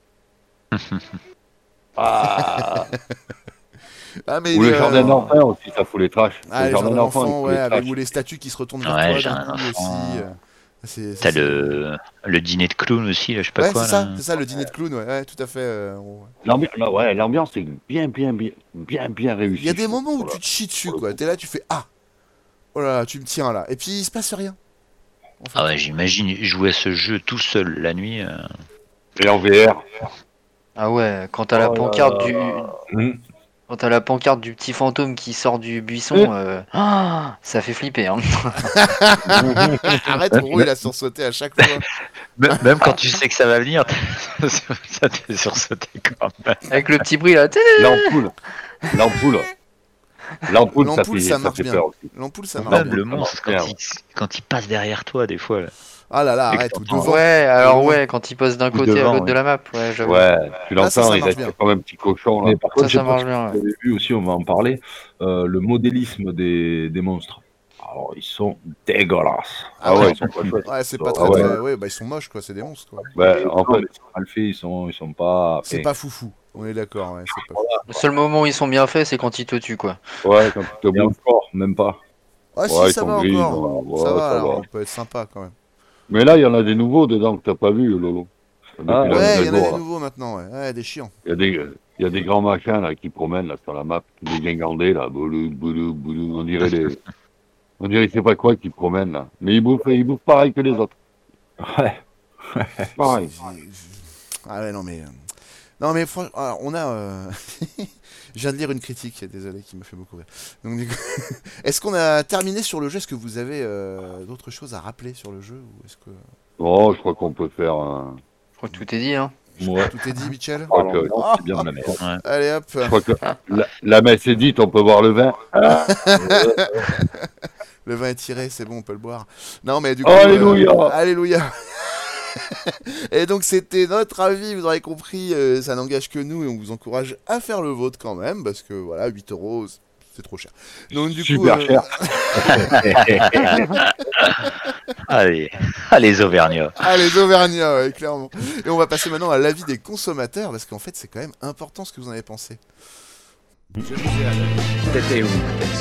Ah. Ah, mais Ou le euh, jardin d'enfants aussi, ça fout les trashs. Ah, le les jardins d'enfants, il d'enfants, fout ouais, les avec trashs. ou les statues qui se retournent vers Ouais, toi jardin d'un coup d'enfants. aussi. euh, c'est- ça, T'as c'est- le, le dîner de clown aussi, là, je sais pas Ouais, quoi. c'est ça, là. c'est ça, le dîner de clown, ouais, ouais, tout à fait. euh, on- L'ambi- là, ouais, l'ambiance est bien, bien, bien, bien, bien réussie. Il y a des je trouve, moments où voilà. tu te chies dessus, quoi. T'es là, tu fais ah, oh là là, tu me tiens là, et puis il se passe rien. En fait. Ah ouais, j'imagine jouer à ce jeu tout seul la nuit. euh, Et en V R. Ah ouais, quand t'as la Oh là pancarte là. du. Mm. Quand t'as la pancarte du petit fantôme qui sort du buisson, Eh. euh, ah, ça fait flipper. Hein. Arrête, gros, il a sursauté à chaque fois. Même, même quand tu sais que ça va venir, ça te fait sursauter quand même. Avec le petit bruit là. tu- L'ampoule. L'ampoule. L'ampoule, ça L'ampoule, fait, ça ça marche fait bien. peur aussi. L'ampoule, ça marche Même bien. le monstre, bien, quand il, quand il passe derrière toi, des fois. Là. Ah là là, Et arrête, que ou t'entends- devant. Ouais, alors Devant. ouais, quand il passe d'un Ou côté à devant, l'autre de ouais. la map, ouais, j'avoue. Ouais, tu Ah, ça, l'entends, ça il marche reste bien. comme un petit cochon. Là. Mais par Ça, contre, je sais ça pas marche si bien. vous avez vu aussi, on va en parler, euh, le modélisme des, des monstres. Alors, ils sont dégueulasses. Ah ouais, ouais, ils sont pas chouettes. ouais, c'est pas Ah très, ouais. très- ouais, bah ils sont moches, quoi, c'est des monstres, quoi. Ouais, en Non, fait, mais ils sont mal faits, ils sont, ils sont pas. C'est enfin, pas foufou, on est d'accord, ouais, c'est pas fou. Le seul moment où ils sont bien faits, c'est quand ils te tuent, quoi. ouais, quand tu te Et bouges. encore, même pas. Ah Ouais, si, ils ça sont va gris, encore. ouais, ça ouais, va, ça alors, va. on peut être sympa, quand même. Mais là, il y en a des nouveaux dedans que t'as pas vu, Lolo. Depuis Ah, la Ouais, mise à il y en a jour, des là. nouveaux maintenant, ouais, ouais, des chiants. Il y a des, il y a des grands machins là qui promènent là sur la map, des guingandés là, boulou, boulou, boulou, on dirait des, on dirait je sais pas quoi qui promènent là. Mais ils bouffent, ils bouffent pareil que les autres. Ouais. Pareil. Ah ouais, non mais... euh, Non mais franchement, alors, on a... euh, Je viens de lire une critique, désolé, qui m'a fait beaucoup rire. Donc, du coup, est-ce qu'on a terminé sur le jeu? Est-ce que vous avez euh, d'autres choses à rappeler sur le jeu ou est-ce que... Oh, je crois qu'on peut faire un. Je crois que tout est dit, hein. Ouais. Tout est dit, Mitchell? Je crois que, Non, c'est bien la merde. Ouais. Allez hop. je crois que la, la messe est dite, on peut boire le vin. Le vin est tiré, c'est bon, on peut le boire. Non mais du coup... Alléluia. euh, Alléluia. Et donc c'était notre avis, vous aurez compris, euh, ça n'engage que nous et on vous encourage à faire le vôtre quand même, parce que voilà, huit euros, c'est trop cher. Donc du Super coup, euh, cher. Allez, allez les Auvergnats. Ah, les Auvergnats, ouais, clairement. Et on va passer maintenant à l'avis des consommateurs, parce qu'en fait c'est quand même important ce que vous en avez pensé. T'étais où?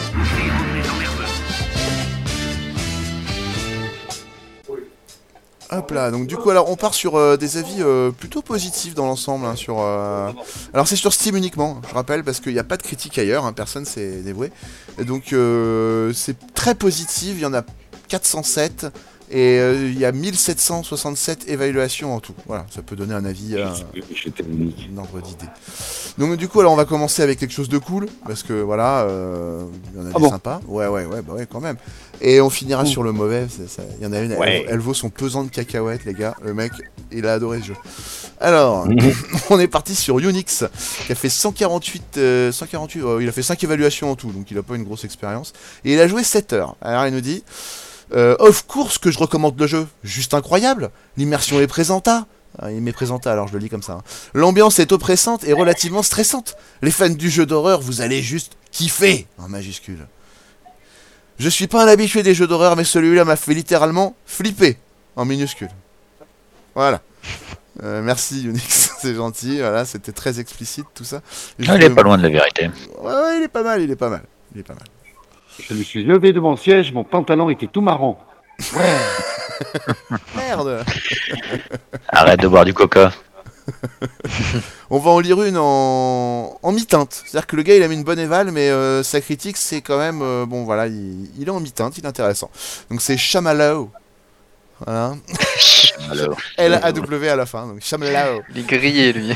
Hop là, donc du coup alors on part sur euh, des avis euh, plutôt positifs dans l'ensemble hein, sur euh... alors c'est sur Steam uniquement, je rappelle, parce qu'il n'y a pas de critique ailleurs, hein, personne s'est dévoué. Et donc euh, c'est très positif, il y en a quatre cent sept et euh, il y a mille sept cent soixante-sept évaluations en tout. Voilà, ça peut donner un avis, euh, un ordre d'idée. Donc du coup alors on va commencer avec quelque chose de cool, parce que voilà, euh, il y en a Ah des bon sympas. Ouais ouais ouais bah ouais quand même. Et on finira Ouh. sur le mauvais, c'est, ça, il y en a une, Ouais. elle, elle vaut son pesant de cacahuètes les gars, le mec il a adoré ce jeu. Alors, on est parti sur Unix, qui a fait cent quarante-huit, euh, cent quarante-huit euh, il a fait cinq évaluations en tout, donc il a pas une grosse expérience. Et il a joué sept heures, alors il nous dit... Euh, of course que je recommande le jeu, juste incroyable, l'immersion est présenta. Ah, il m'est présenta, alors je le lis comme ça. Hein. L'ambiance est oppressante et relativement stressante. Les fans du jeu d'horreur, vous allez juste kiffer, en majuscule. Je suis pas un habitué des jeux d'horreur, mais celui-là m'a fait littéralement flipper, en minuscule. Voilà. Euh, merci Unix, c'est gentil, voilà, c'était très explicite tout ça. Je il est pas loin de la vérité. Ouais, ouais, il est pas mal, il est pas mal, il est pas mal. Je me suis levé de mon siège, mon pantalon était tout marron. Ouais. Merde. Arrête de boire du coca. On va en lire une en, en mi-teinte. C'est-à-dire que le gars il a mis une bonne éval, mais euh, sa critique c'est quand même... Euh, bon voilà, il, il est en mi-teinte, il est intéressant. Donc c'est Chamallow. Voilà. L A W à la fin, donc Chamallow. Il est grillé lui.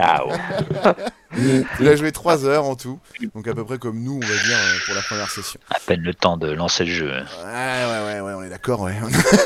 Il a joué trois heures en tout, donc à peu près comme nous on va dire pour la première session. À peine le temps de lancer le jeu. Ouais, ouais, ouais, ouais on est d'accord, ouais.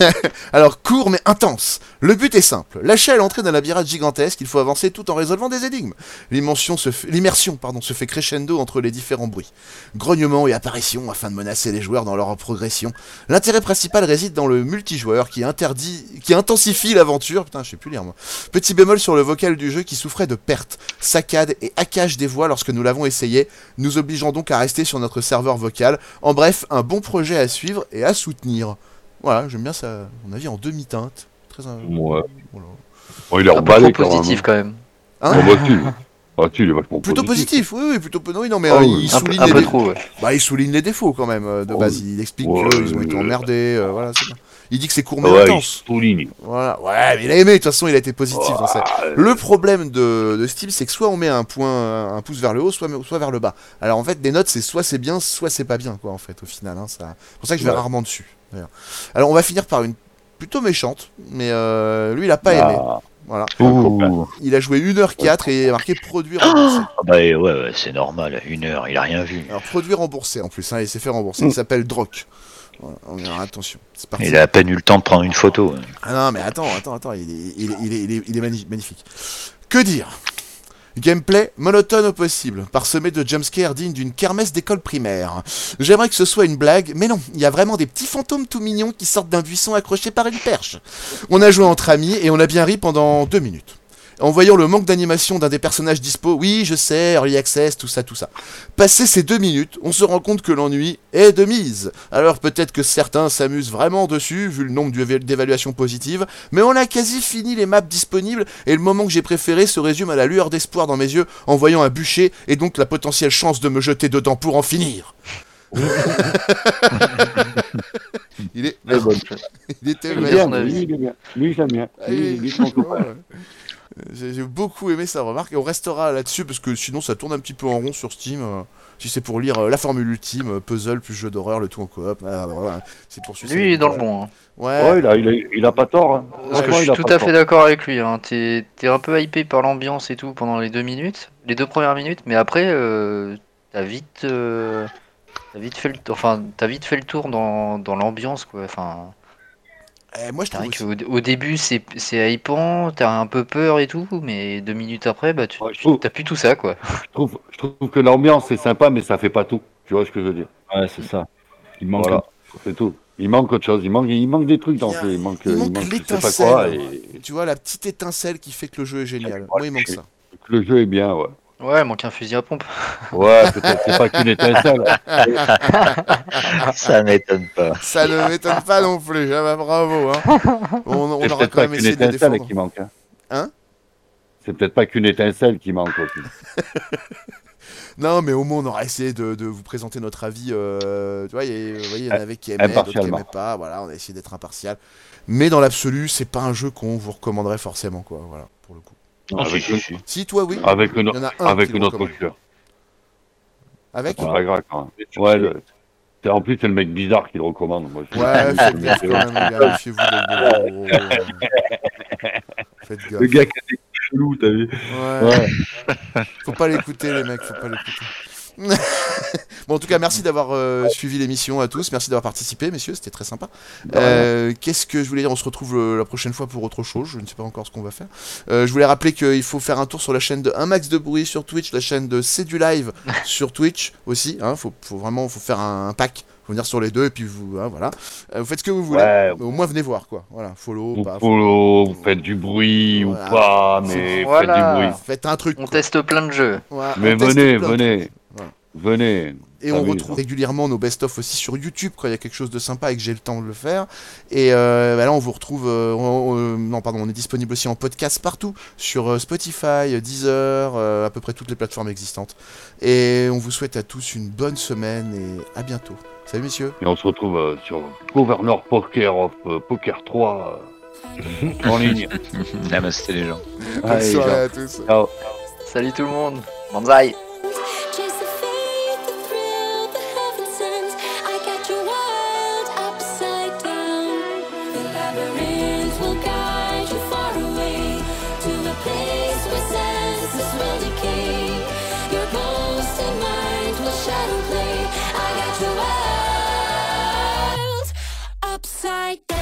Alors, court mais intense. Le but est simple. Lâché à l'entrée d'un labyrinthe gigantesque, il faut avancer tout en résolvant des énigmes. L'immersion se fait, l'immersion, pardon, se fait crescendo entre les différents bruits. Grognements et apparitions afin de menacer les joueurs dans leur progression. L'intérêt principal réside dans le multijoueur qui interdit, qui intensifie l'aventure. Putain, je sais plus lire moi. Petit bémol sur le vocal du jeu qui souffrait de pertes, saccades et hackage des voix lorsque nous l'avons essayé, nous obligeant donc à rester sur notre serveur vocal. En bref, un bon projet à suivre et à soutenir. Voilà, j'aime bien ça, mon avis en demi-teinte. Très euh... Ouais. Voilà. Bon, il est un emballé peu positif quand même. Hein oh, bah, tu, bah, tu, il est vachement plutôt positif. positif, oui, oui, plutôt non, non mais oh, euh, oui. il un souligne peu, un les peu dé... trop, ouais. Bah, il souligne les défauts quand même euh, de oh, base. Il explique ouais, qu'ils ont euh... été emmerdés. Euh, voilà, c'est bien. Il dit que c'est court mais ouais, intense. Il souligne. Voilà, ouais, mais il a aimé. De toute façon, il a été positif oh, dans ça. euh... Le problème de, de Steam, c'est que soit on met un point, un pouce vers le haut, soit, soit vers le bas. Alors en fait, des notes, c'est soit c'est bien, soit c'est pas bien, quoi, en fait, au final. Hein, ça... C'est pour ça que je vais ouais. rarement dessus. D'ailleurs. Alors on va finir par une plutôt méchante, mais euh, lui, il a pas ah. aimé. Voilà. Ouh. Il a joué une heure quatre et il a marqué produit remboursé. Ah bah ouais, ouais, c'est normal, une heure, il a rien vu. Alors produit remboursé en plus, hein, il s'est fait rembourser, mmh. Il s'appelle Drock. Voilà, on verra, attention. C'est parti. Il a à peine eu le temps de prendre une photo. Ah non, mais attends, attends, attends, il est, il est, il est, il est, il est magnifique. Que dire ? Gameplay monotone au possible, parsemé de jumpscares dignes d'une kermesse d'école primaire. J'aimerais que ce soit une blague, mais non, il y a vraiment des petits fantômes tout mignons qui sortent d'un buisson accroché par une perche. On a joué entre amis et on a bien ri pendant deux minutes. En voyant le manque d'animation d'un des personnages dispo, oui, je sais, Early Access, tout ça, tout ça. Passé ces deux minutes, on se rend compte que l'ennui est de mise. Alors peut-être que certains s'amusent vraiment dessus, vu le nombre d'évaluations positives, mais on a quasi fini les maps disponibles, et le moment que j'ai préféré se résume à la lueur d'espoir dans mes yeux, en voyant un bûcher, et donc la potentielle chance de me jeter dedans pour en finir. Il est... Il était bien, lui, il est bien. Lui, j'aime bien. Lui, lui, son copain. J'ai, j'ai beaucoup aimé sa remarque et on restera là-dessus parce que sinon ça tourne un petit peu en rond sur Steam. Euh, si c'est pour lire euh, la formule ultime, euh, puzzle plus jeu d'horreur, le tout en coop. Ah, voilà. C'est pour lui, il est dans le bon. Hein. Ouais. Ouais, il a, il a, il a pas tort. Hein. Parce que je suis tout à fait d'accord avec lui. Hein. T'es, t'es un peu hypé par l'ambiance et tout pendant les deux minutes, les deux premières minutes, mais après, euh, t'as vite, euh, t'as vite fait le, enfin, t'as vite fait le tour dans, dans l'ambiance, quoi. Enfin. Eh, moi je trouve aussi... au, au début c'est, c'est hypant, t'as un peu peur et tout, mais deux minutes après bah tu, ouais, tu trouve... t'as plus tout ça quoi. Je trouve, je trouve que l'ambiance est sympa mais ça fait pas tout, tu vois ce que je veux dire. Ouais c'est ça, il manque voilà. un... c'est tout. Il manque autre chose, il manque, il manque des trucs dans Il y a- ce jeu, il manque, il il manque manque je sais pas l'étincelle. quoi, et Tu vois, la petite étincelle qui fait que le jeu est génial. Moi, il manque ça. le jeu est bien, ouais. Ouais, il manque un fusil à pompe. Ouais, peut-être c'est pas qu'une étincelle. Ça m'étonne pas. Ça ne m'étonne pas non plus. Ah bah, bravo. Hein. On, on C'est aura peut-être quand pas même qu'une essayé de les étincelle défendre. qui manque. Hein. Hein C'est peut-être pas qu'une étincelle qui manque aussi. Non, mais au moins, on aura essayé de, de vous présenter notre avis. Euh, tu vois, il y, a- vous voyez, il y en avait qui aimaient, d'autres qui Impartialement. aimaient pas. Voilà, on a essayé d'être impartial. Mais dans l'absolu, c'est pas un jeu qu'on vous recommanderait forcément, quoi. Voilà, pour le coup. Ah, si, Avec si, une- si. Si, toi, oui. Avec une, Il y en a un avec qui le une autre recommande. couleur. Avec C'est pas grave quand même. Ouais, le- c'est- en plus, c'est le mec bizarre qui le recommande. Moi, je- Ouais, je- faites je- gaffe je- quand même, les gars. Méfiez-vous de gros, gros, gros. Faites gaffe. Le gars qui a des chelous, t'as vu? Ouais. Ouais. Faut pas l'écouter, les mecs, faut pas l'écouter. Bon, en tout cas, merci d'avoir euh, suivi l'émission à tous. Merci d'avoir participé, messieurs, c'était très sympa. Euh, Qu'est-ce que je voulais dire? On se retrouve euh, la prochaine fois pour autre chose. Je ne sais pas encore ce qu'on va faire. Euh, je voulais rappeler qu'il faut faire un tour sur la chaîne de Un Max de Bruit sur Twitch, la chaîne de C'est du Live sur Twitch aussi. Hein, faut, faut vraiment faut faire un, un pack. Faut venir sur les deux et puis vous, hein, voilà. Euh, vous faites ce que vous voulez. Ouais. Mais au moins, venez voir, quoi. Voilà, follow, Vous pas. follow, vous faites du bruit Voilà. ou pas, mais Voilà. faites du bruit. Faites un truc. On quoi. teste plein de jeux. Voilà, Mais on teste venez, plein de venez, trucs. Voilà. venez. Et on Ah oui, retrouve non. régulièrement nos best-of aussi sur YouTube quand il y a quelque chose de sympa et que j'ai le temps de le faire. Et euh, bah là, on vous retrouve. euh, on- on- non, pardon, on est disponible aussi en podcast partout sur euh, Spotify, Deezer, euh, à peu près toutes les plateformes existantes. Et on vous souhaite à tous une bonne semaine et à bientôt. Salut, messieurs. Et on se retrouve euh, sur Governor Poker of euh, Poker trois euh, en ligne. Namasté les gens. Bonne Allez, soirée gens. à tous. Ciao. Salut tout le monde. Banzai. Chase the faith, the thrill, the heaven sends. I got you wild upside down. The labyrinth will guide you far away to a place where senses will decay. Your ghost and mind will shadow play. I got you wild upside down.